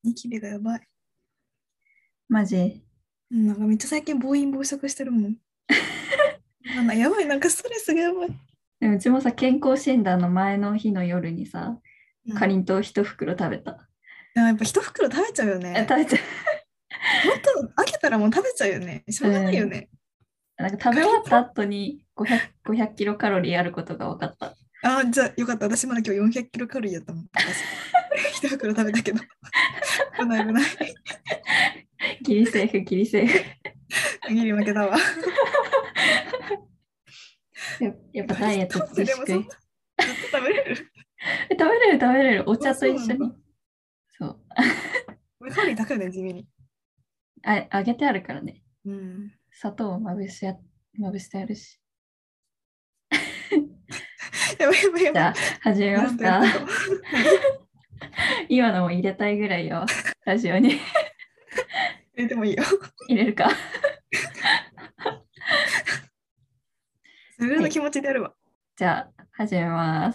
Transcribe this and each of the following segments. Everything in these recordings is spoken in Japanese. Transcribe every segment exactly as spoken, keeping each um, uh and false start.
ニキビがやばい。 マジ。 うん、なんかめっちゃ最近暴飲暴食してるもん。なんかやばい、なんかストレスがやばい。 でもうちもさ、健康診断の前の日の夜にさ、 うん、 かりんとう一袋食べた。 ややっぱ一袋食べちゃうよえ、食ね。 べちゃ本当、開けたらもう食べちゃうよね。しょう。 うがないうん。 よね。 なんか食べ終わったかりんとう。 後にごひゃく、ごひゃくキロカロリーあることが分かった。 あー、じゃあよかった。私まだ今日よんひゃくキロカロリーやったもん。私。一袋食べたけど。危ない危ない。 ギリセーフ、ギリセーフ。 ギリ負けたわ。 ややっぱかりんダイエットとうってでもそんな自粛。 ずっと食べれる？ え、食べれる食べれる。おあ、 茶とそうなんだ。 一緒に。そう。 カロリー高いね、地味に。 あ、揚げてあるからね。 うん。 砂糖をまぶしや、まぶしてあるし。 やばいやばいやばい。 じゃあ、始めやらんますか。 とやらんと。はい。 今のも入れたいぐらいよ。ラジオに入れてもいいよ。 入れるか。 それの気はい。 持ちでやるわ。 じゃあ、始めます。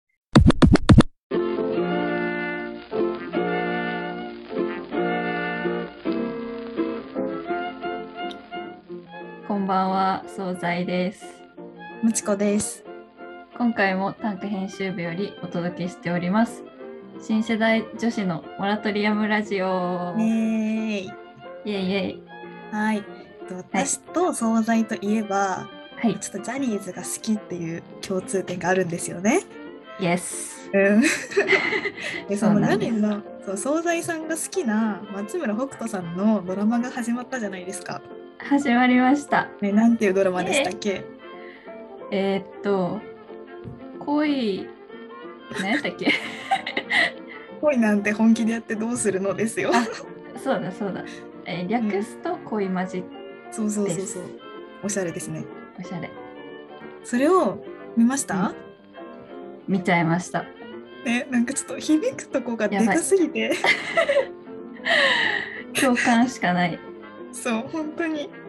こんばんは、惣菜です。 むちこです。 今回も短歌編集部よりお届けしております。新世代女子のモラトリアムラジオ。 ねーい。 イェイイェイ。 はい。 はい。 私と惣菜といえば、 はい。 ちょっとジャニーズが好きっていう共通点があるんですよね。 イエス。 うん。で、 そうそのジなんです。 ャニーズのそう惣菜さんが好きな松村北斗さんのドラマが始まったじゃないですか。 始まりました。 ね、なんていうドラマでしたっえけ？ えーっと、恋、何やったっけ？ 恋なんて本気でやってどうするのですよ。 あ、そうだそうだ。えーうん。 略すと恋マジそうそうです。 そうそう。おしゃれですね。 おしゃれ。 それを見ましうん。 た？ 見ちゃいました。 ね、なんかちょっと響くとこがでかやばい。 すぎて。 共感しかない。 そう、本当に。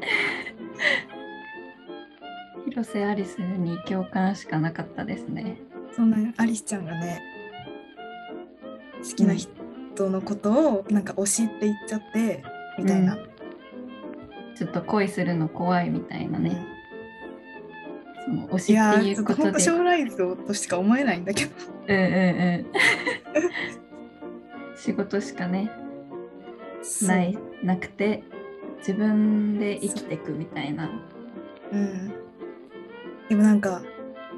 広瀬アリスに共感しかなかったですね。 そんなアリスちゃんがね、好うん。 きな人のことをなんか推しって言っちゃってみたいな。 うん。ちょっと恋するの怖いみたいなね。 うん、 その推しっていいやー、ちょっと本当うことで。 将来像としか思えないんだけど。 うんうんうん。仕事しかね、 そう。 ない、なくて、自分で生そう。 きていくみたいな。 うん。でもなんか、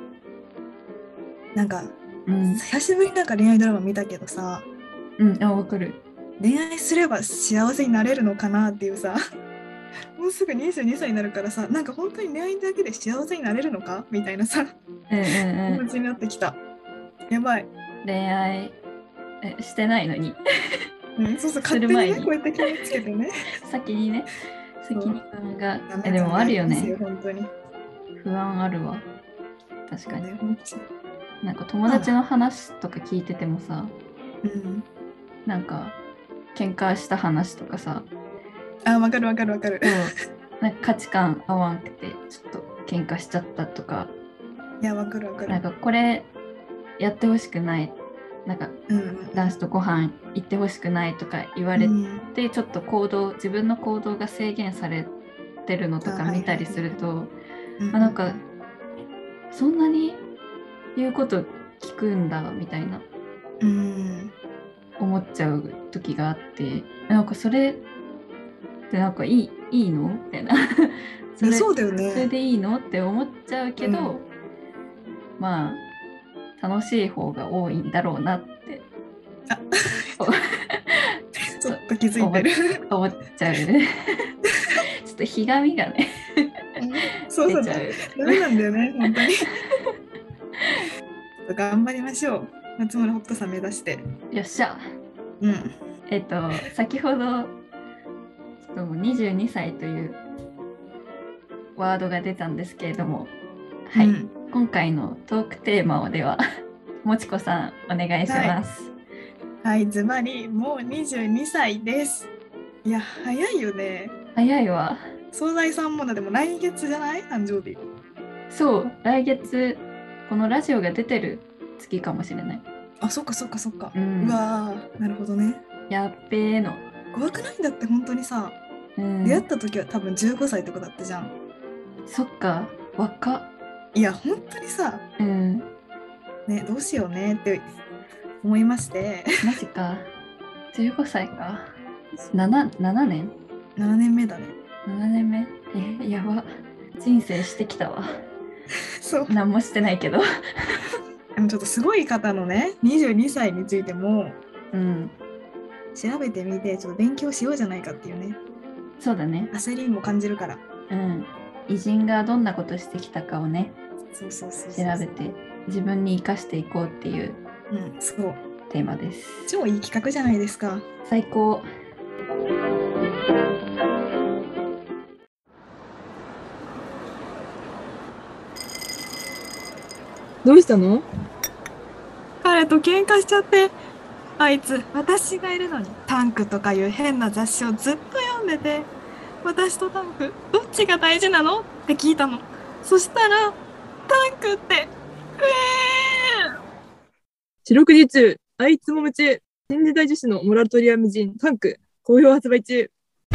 なんか、 うん。 久しぶりになんか恋愛ドラマ見たけどさ、 うん。あ、わかる。 恋愛すれば幸せになれるのかなっていうさ、もうすぐにじゅうにさいになるからさ、なんか本当に恋愛だけで幸せになれるのかみたいなさ、 うんうんうん。 気持ちになってきた。やばい。 恋愛えしてないのに。 うん、そうそう、 す勝手にね、こる前に。 うやって決めつけてね。 先にね、先にそう、 不安が。え、でもダメ感があるよね。 ありますよ、本当に。 不安あるわ。確かに。 そうね、本当に。 なんか友まあ、 達の話とか聞いててもさ、 うん。 なんか喧嘩した話とかさ、 あ、わかるわかるわかる。 そう、なんか価値観合わんくて、ちょっと喧嘩しちゃったとか、 いや、わかるわかる。 なんかこれやってほしくない、なんかうん男子とご飯行ってほしくないとか言わうんうれん。うん。 て、ちょっと行動、自分の行動が制限されてるのあ、 とかはいはいはい見たりするはい。 と、 うんうあ、なんかんそんなに言うこと聞くんだみたいなうん。うん。 思っちゃう時があって、なんかそれってなんかいい、いいのみたいないや、 それ、 そうだよそれね。 でいいのって思っちゃうけど、 うん。 まあ楽しい方が多いんだろうなってあ、ちょっちょっと気づと思っ、 いてる。 思っちゃうちょっとひがみがねうん、そうそうだ。 出ちゃうダメなんだよね、本当に。ちょっと頑張りましょう。松村北斗さん目指して。 よっしゃ。 うん。 えっと先ほどちょっともうにじゅうにさいというワードが出たんですけれども、はい、 うん。 今回のトークテーマをではもちこさんお願いしはい。 ます。 はい、ズバリ、もうにじゅうにさいです。いや、早いよね。 早いわ。 惣菜さんもな、でも来月じゃない誕生日。 そう、来月このラジオが出てる月かもしれない。 あ、そっかそっかそっか。ううん。 わー、なるほどね。 やっべえの。 怖くないんだって本当にさ、 うん、 出会った時は多分じゅうごさいとかだったじゃん。 そっか、若っ。 いや本当にさ、 うん、 ね、どうしようねって思いまして。 マジか。じゅうごさいか。なな、ななねんななねんめだね。 なな 年目。え、やば。人生してきたわ。 そう。 何もしてないけど。 でもちょっとすごい方のね、にじゅうにさいについてもうん、 調べてみて、ちょっと勉強しようじゃないかっていうね、 そうだね。 焦りも感じるから。 うん。偉人がどんなことしてきたかをね、 そうそうそう調そう。 べて自分に生かしていこうっていううん、そう。 テーマです。 超いい企画じゃないですか。 最高。 どうしたの？ 彼と喧嘩しちゃって、あいつ、私がいるのにタンクとかいう変な雑誌をずっと読んでて、私とタンク、どっちが大事なのって聞いたの。そしたら、タンクって、うえー四六時中、あいつも夢中。新時代女子のモラトリアムジンタンク、好評発売中。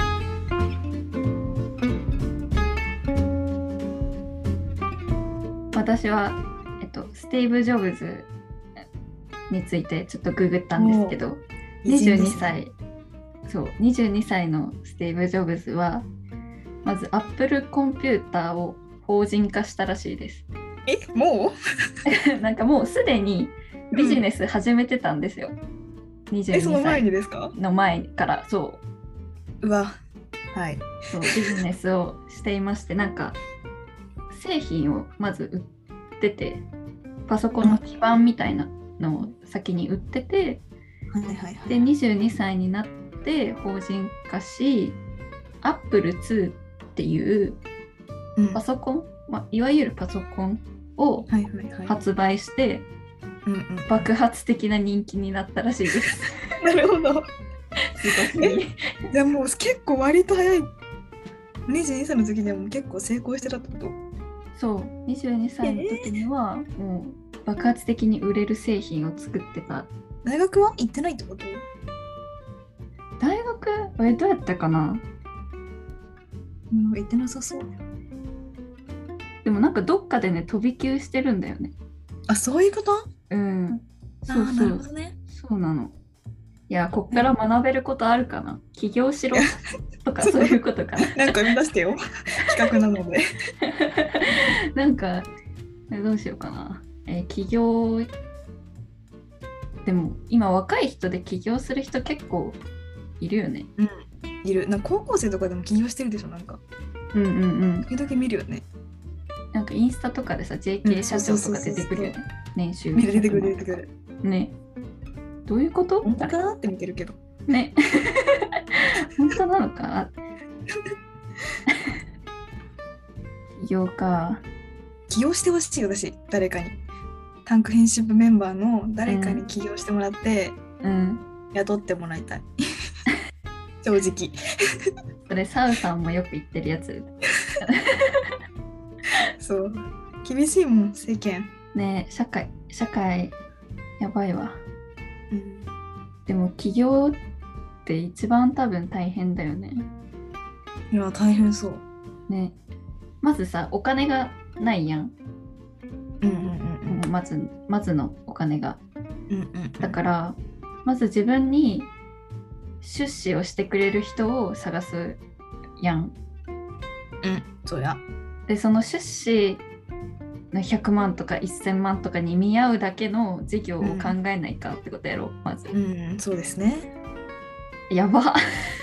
私は、えっと、スティーブ・ジョブズについてちょっとググったんですけど、にじゅうにさい、そう、にじゅうにさいのスティーブ・ジョブズは、まず Apple コンピューターを法人化したらしいです。 え、もうなんかもうすでにビジネス始めてたんですよ。 え、 22 その前に歳ですか？ の前からそううわ、はい。 そうビジネスをしていまして、なんか製品をまず売ってて、パソコンの基板みたいなのを先に売ってて、 はいはいはい。 でにじゅうにさいになって法人化し、アップルツーっていううんパソコン、まあ、いわゆるパソコンをはいはいはい。 発売してうんうん、 爆発的な人気になったらしいです。 なるほど。 すごすぎ。 じゃあもう結構割と早い。にじゅうにさいの時にはもう結構成功してたってこと？ そう、にじゅうにさいの時にはもう爆発的に売れる製品を作ってた。 大学は行ってないってこと？ 大学えどうやったかな。 うん、行ってなさそう。 でもなんかどっかでね飛び級してるんだよね。 あ、そういうこと？ うん。 あー、 そうそうなるほどね。 そうなの。いや、こっから学べることあるかな。起業しろとかそうそういうことかな。 なんか生み出してよ。企画なので。 なんかどうしようかな。えー起業でも今若い人で起業する人結構いるよね。 いる。なんか高校生とかでも起業してるでしょ、なんか。 うんうんうん。 時々見るよね。 なんかインスタとかでさ ジェーケー 社長とか出てくるよね。年収見る、出てくる出てくる。 ね。どういうこと？ 本当かなって見てるけど。 ね。本当なのか。起業か。 起業してほしいよ、私、誰かに。タンク編集部メンバーの誰かに起業してもらって、 うん。 雇ってもらいたい。正直。 それサウさんもよく言ってるやつ。 そう。厳しいもん、世間。 ねえ、社会、社会、やばいわ。 うん、 でも起業って一番多分大変だよね。 いや、大変そう。 ね。まずさ、お金がないやん。 うんうんうんうんまず、まずのお金が。 うんうんうん。 だからまず自分に出資をしてくれる人を探すやん。 うん、そうや。 でその出資のひゃくまんとかせんまんとかに見合うだけの事業を考えないかってことやろ、まず。 うん、そうですね。 やば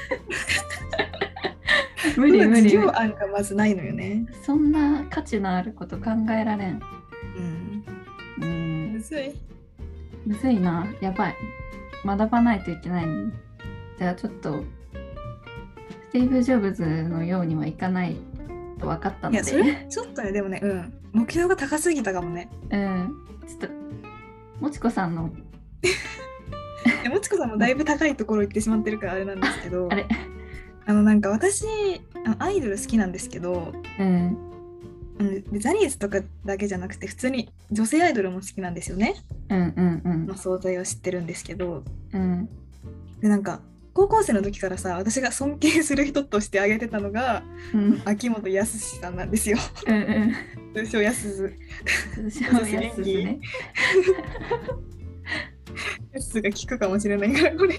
無理無理事業案がまずないのよね。 そんな価値のあること考えられん。 うん。 うんむずい。 むずいな。やばい。学ばないといけないのに。じゃあちょっとスティーブ・ジョブズのようにはいかないと分かったので。 いや、それちょっとね、でもね、うん。目標が高すぎたかもね。 うん。ちょっと、もちこさんの。 いやもちこさんもだいぶ高いところ行ってしまってるからあれなんですけど、 あれあのなんか私、あのアイドル好きなんですけど、 うん。 うんでジャニーズとかだけじゃなくて普通に女性アイドルも好きなんですよね。 うんうんうんの存在を知ってるんですけど、 うんでなんか高校生の時からさ、私が尊敬する人として挙げてたのがうん秋元康さんなんですよ。 うんうん通称やすず。 通称やすずね。 やすが聞くかもしれないからこれ。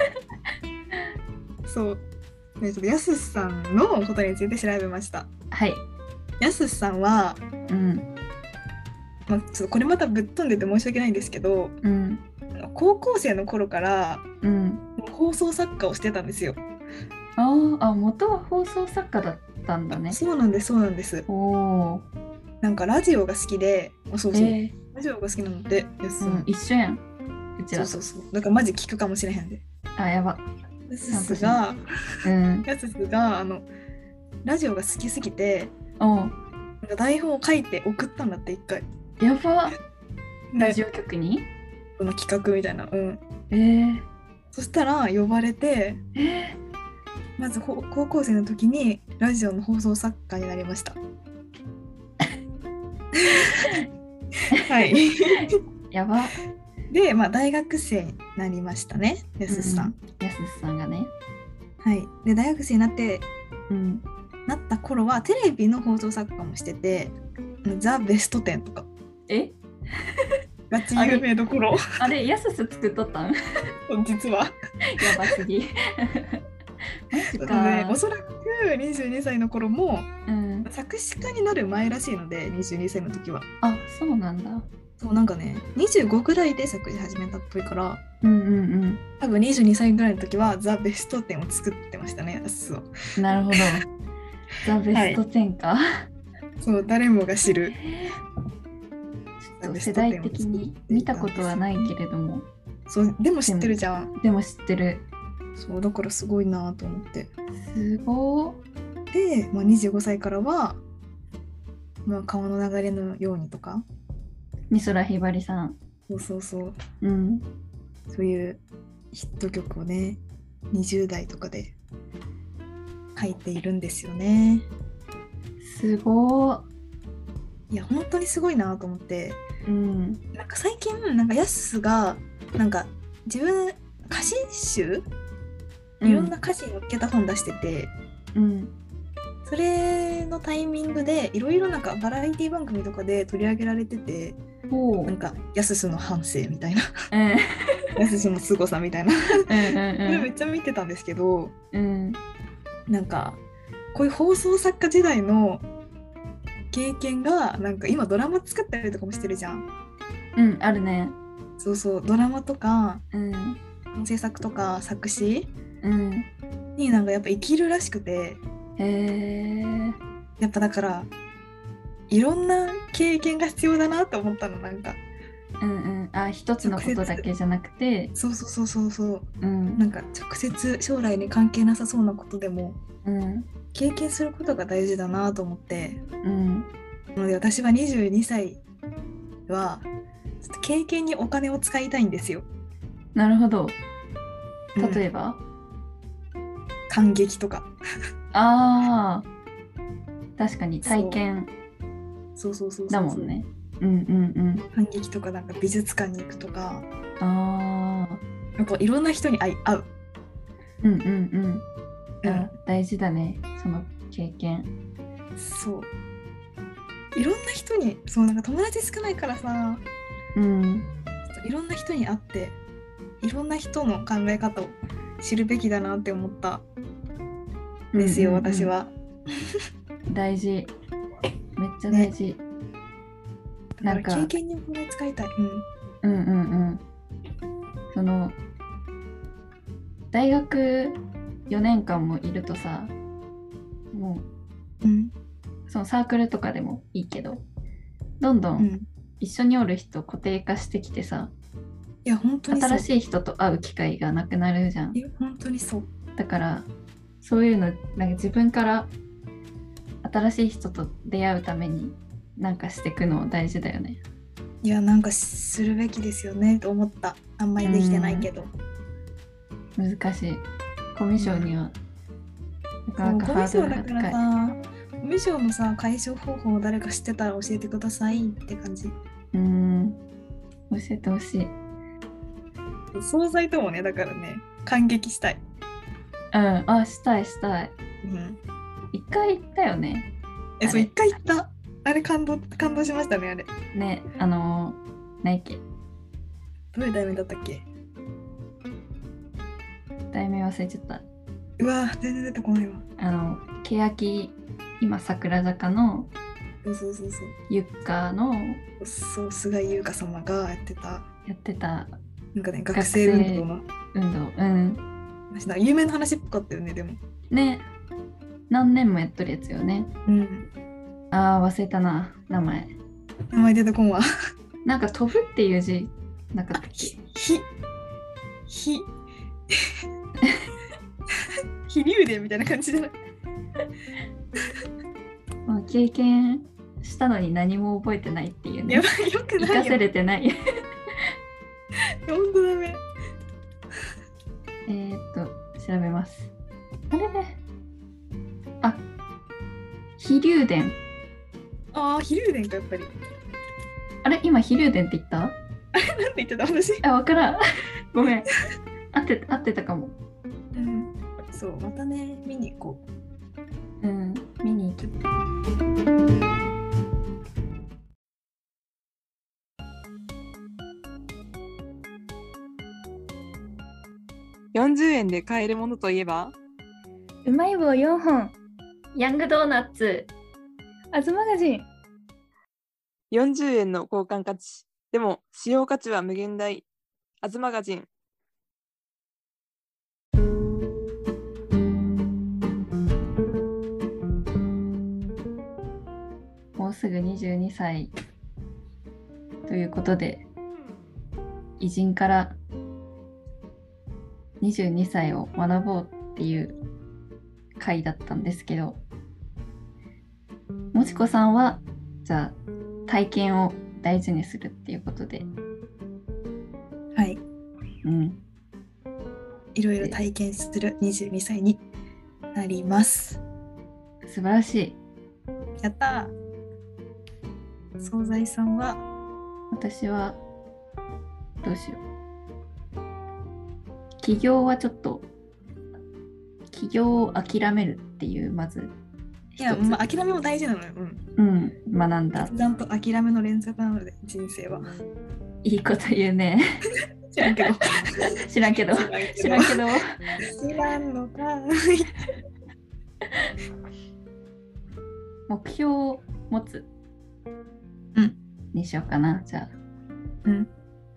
そう。ね、ちょっとやすさんのことについて調べました。 はい。 やすさんは、 うんまあ、ちょっとこれまたぶっ飛んでて申し訳ないんですけど、 うん高校生の頃からうん。 放送作家をしてたんですよ。 あーあ、元は放送作家だったんだね。 そうなんです、そうなんです。 おお。 なんかラジオが好きで、あそうそう、 えラジオが好きなので、やすー、うんさん。 一緒やん。うちらと。 そうそうそう。だからマジ聞くかもしれへんで。 あ、やば。 やすすが、 うん。 やすすが、あの、ラジオが好きすぎて、 おうなんか台本を書いて送ったんだって一回。 やば。ラジオオ局にの企画みたいな。うん。 えー、 そしたら呼ばれて、 えまずほ高校生の時にラジオの放送作家になりました。はい。 ー、やば。 で、まあ大学生になりましたね、やすさん。 うん、やすすさんがね。 はい。で、大学生になってうん。 なった頃はテレビの放送作家もしてて、ザ・ベストテンとかえガチ有名どころ。 あれ、やすす作っとったんや実は。 ばすぎ。マジね、 かお。そらくにじゅうにさいの頃もうん。 作詞家になる前らしいので、にじゅうにさいの時は。 あ、そうなんだ。 そうなんかね、にじゅうごぐらいで作詞始めたっぽいから、 うんうん多分にじゅうにさいぐらいの時はザ・ベストテンを作ってましたね、やすは。 うん。なるほど。ザ・ベストテンか。 そう、誰もが知る。 ちょっと世代的に見たことはないけれども。 そう、でも知ってるじゃん。 でも知ってる。 そう、だからすごいなと思って。 すごー。 で、まあ、にじゅうごさいからは、まあ、川の流れのようにとか、 美空ひばりさん。 そうそうそう、 うん。 そういうヒット曲をね、にじゅう代とかで書いているんですよね。 すごー。 いや、本当にすごいなと思って、 うん。 なんか最近、なんかヤスが、なんか自分、歌詞集いろんな歌詞に載っけた本出してて、 うん。 それのタイミングでいろいろなんかバラエティ番組とかで取り上げられてて、 ほう。 なんかやすすの反省みたいな、 うん。 やすすの凄さみたいな、そうんれめうっちゃ見てたんですけど、 んうん。 なんかこういう放送作家時代の経験がなんか今ドラマ作ったりとかもしてるじゃん。 うん、あるね。 そうそう、ドラマとかうん。 制作とか作詞うん。 になんかやっぱ生きるらしくて、 へえ。 やっぱだからいろんな経験が必要だなって思ったの。なんかうんうん。あ、一つのことだけじゃなくて、 そうそうそうそうそう、 うん。 なんか直接将来に関係なさそうなことでもうん。 経験することが大事だなと思って、 うん。 なので私はにじゅうにさいはちょっと経験にお金を使いたいんですよ。 なるほど。 うん例えば、 感激とか。 ああ、確かに体験そうそうそうそうだもんね。うんうんうん。 感激とか、なんか美術館に行くとか、 ああ、 あといろんな人に会い会う、 うんうんうん。 うんあ、大事だね、その経験。 そういろんな人に、そうなんか友達少ないからさ、 うん。 ちょっといろんな人に会っていろんな人の考え方を知るべきだなって思ったんですよ、 うんうんうん私は。 大事。めっちゃ大事。 だなんかから経験にお金使いたい。 うんうんうん。その大学よねんかんもいるとさ、もうんうんうそのサークルとかでもいいけど、どんどうんん。 一緒におる人固定化してきてさ、 いや本当にそう。 新しい人と会う機会がなくなるじゃんい。や本当にそう。 だからそういうの、なんか自分から新しい人と出会うためになんかしていくの大事だよね。 いやなんかするべきですよねと思った。あんまりできてないけど。 難しい。コミュ障にはなかなかコミュハードルが障だから高い。 さ、コミュ障のさ解消方法を誰か知ってたら教えてくださいって感じ。 うーん、教えてほしい。 惣菜ともね、だからね、感激したい。 うんあしたいしたい。 うん、 一回行ったよね。 え、そう、 あれ一回行った。あれ感動、感動しましたね、あれ。 ねあのー、何やっけどういう題名だったっけ？ 題名忘れちゃった。 うわ、全然出てこないわ。 あの欅今桜坂のそうそうそうそう。 ゆっかのそう、菅井優香様がやってた、 やってたなんかね、学生運動の運動うん話な、有名な話っぽかったよね、でも。 ね何年もやっとるやつよね。 うん。 あー忘れたな名前。 名前出てこんわ。 なんか飛ぶっていう字なかったっけ？ ひ、ひ、ひ、飛竜伝みたいな感じじゃない？ まあ、経験したのに何も覚えてないっていうね。 やばい、よくないよ。 生かせれてない。 ほんとダメ。 えーっと調べます。あれねあ飛竜伝。 ああ、飛竜伝か、やっぱり。 あれ今飛竜伝って言ったなんて言ってた私。 あわからんごめん合って合ってたかも。 うん。そう、またね、見に行こう。 うん見に行きよんじゅうえんで買えるものといえば？ うまい棒よんほんヤングドーナツアズマガジン。 よんじゅうえんの交換価値。でも、使用価値は無限大。アズマガジン。 もうすぐにじゅうにさいということで、偉人からにじゅうにさいを学ぼうっていう回だったんですけど、もちこさんはじゃあ体験を大事にするっていうことで、 はい。 うん、 いろいろ体験するにじゅうにさいになります。 素晴らしい。 やったー。惣菜さんは？ 私はどうしよう。起業はちょっと起業を諦めるっていうまずいや、まあ、諦めも大事なのよ。うん。 うん、学んだ。 ちゃんと諦めの連続なので、人生は。 いいこと言うね。 知らんけど。 知らんけど。知らんけど。 知らんのかーい。 目標を持つ。 うん。 にしようかな、じゃあ。 うん。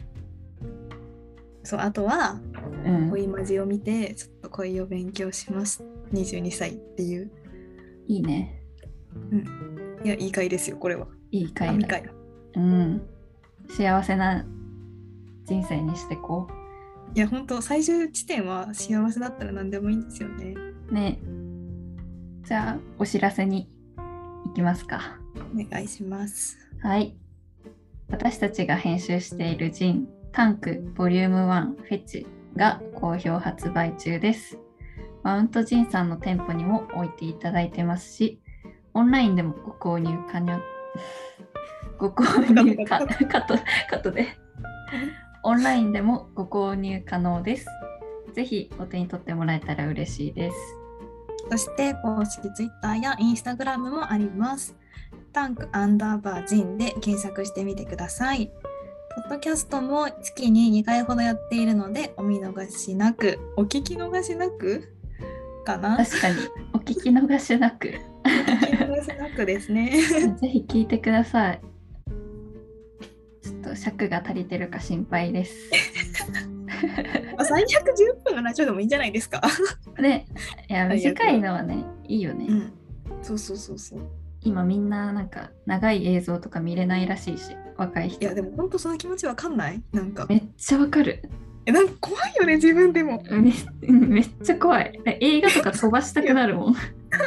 そう、あとは、 うん、 恋マジを見て、ちょっと恋を勉強します。にじゅうにさいっていう。 いいね。 うん。いや、いい回ですよ、これは。 いい回だ。 神回。 うん。幸せな人生にしてこいや、本当最終地点は幸せだったら何でもいいんですよね。 う。ね。じゃあ、お知らせに行きますか。 お願いします。 はい。私たちが編集しているジン、タンクボリュームワンフェチが好評発売中です。マウントジンさんの店舗にも置いていただいてますし、オンラインでもご購入可能、ご購入かカット、カットで。オンラインでもご購入可能です。ぜひお手に取ってもらえたら嬉しいです。 そして公式 Twitter や Instagram もあります。タンクアンダーバージンで検索してみてください。ポッドキャストも月ににかいほどやっているのでお見逃しなく、お聞き逃しなくかな。 確かにお聞き逃しなく。 お聞き逃しなくですね。 ぜひ聞いてください。ちょっと尺が足りてるか心配です。 最悪じゅっぷんのラジオでもいいんじゃないですか。 ね、いや短いのはね、いいよね。 うん、そうそうそうそう。 今みんななんか長い映像とか見れないらしいし、若い人。 いやでも本当その気持ちわかんない？なんかめっちゃわかる。 え、なんか怖いよね、自分でも。 めめっちゃ怖い。映画とか飛ばしたくなるもん。い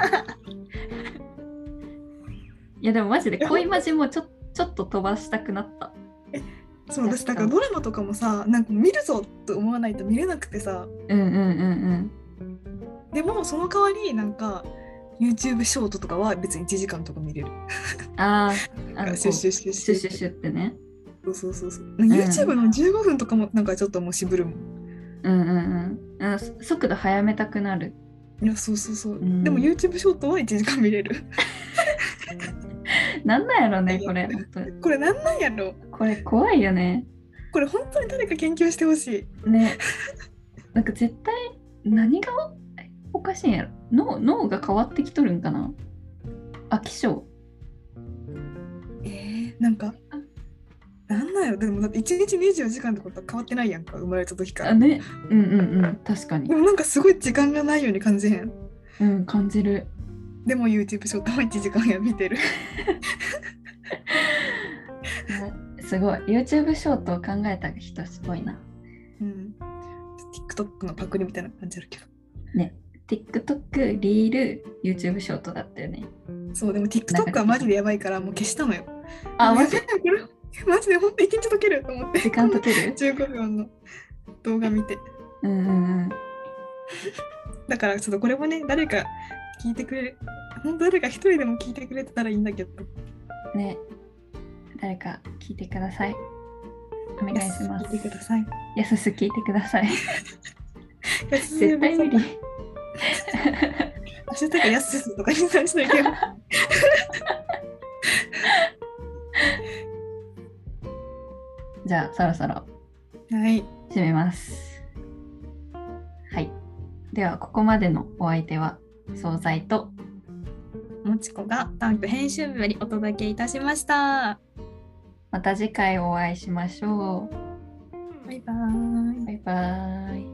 やでもマジで恋マジもちょちょっと飛ばしたくなった。 そう、私だからドラマとかもさ、なんか見るぞと思わないと見れなくてさ。 うんうんうんうん。 でもその代わりなんか YouTube ショートとかは別にいちじかんとか見れる。 ああ、あのシュッシュッシュッシュッシュッシュッシュってね。 そうそうそうそう。YouTube のじゅうごふんとかもなんかちょっともう渋るもん。 うんうんうんあ。速度速めたくなる。 いや、そうそうそう。 うん、 でも YouTube ショートはいちじかん見れる。 なんなんやろね、これ。本当にこれなんなんやろ。 これ怖いよね。 これ本当に誰か研究してほしい。 ね。なんか絶対何がおかしいんやろ。脳脳が変わってきとるんかな。飽き性。 えー、なんか、なんなんやろ。でもだっていちにちにじゅうよじかんってことは変わってないやんか、生まれた時から。 あね。うんうんうん。確かにで。もなんかすごい時間がないように感じへん。 うん感じる。 でも YouTube ショートはいちじかんや見てる。 すごい。YouTube ショートを考えた人すごいな。 うん。TikTok のパクリみたいな感じあるけど。 ね。TikTok、リール、YouTube ショートだったよね。 そう、でも TikTok はマジでやばいからもう消したのよ。 あ、マジこれマジで本当一日解けると思って。 時間解けるじゅうごふんの動画見て。 うんうんうん。 だからちょっとこれもね、誰か聞いてくれる。本当誰か一人でも聞いてくれてたらいいんだけど。 ね。誰か聞いてください。お願いします。 聞いてください。 やすす聞いてください。 絶絶対無理。 ハッシュタグやすすとかにしないけど。 じゃあそろそろはい。 締めます。はい。ではここまでのお相手は惣菜ともちこがタンク編集部よりお届けいたしました。 また次回お会いしましょう。 バイバーイ。 バイバーイ。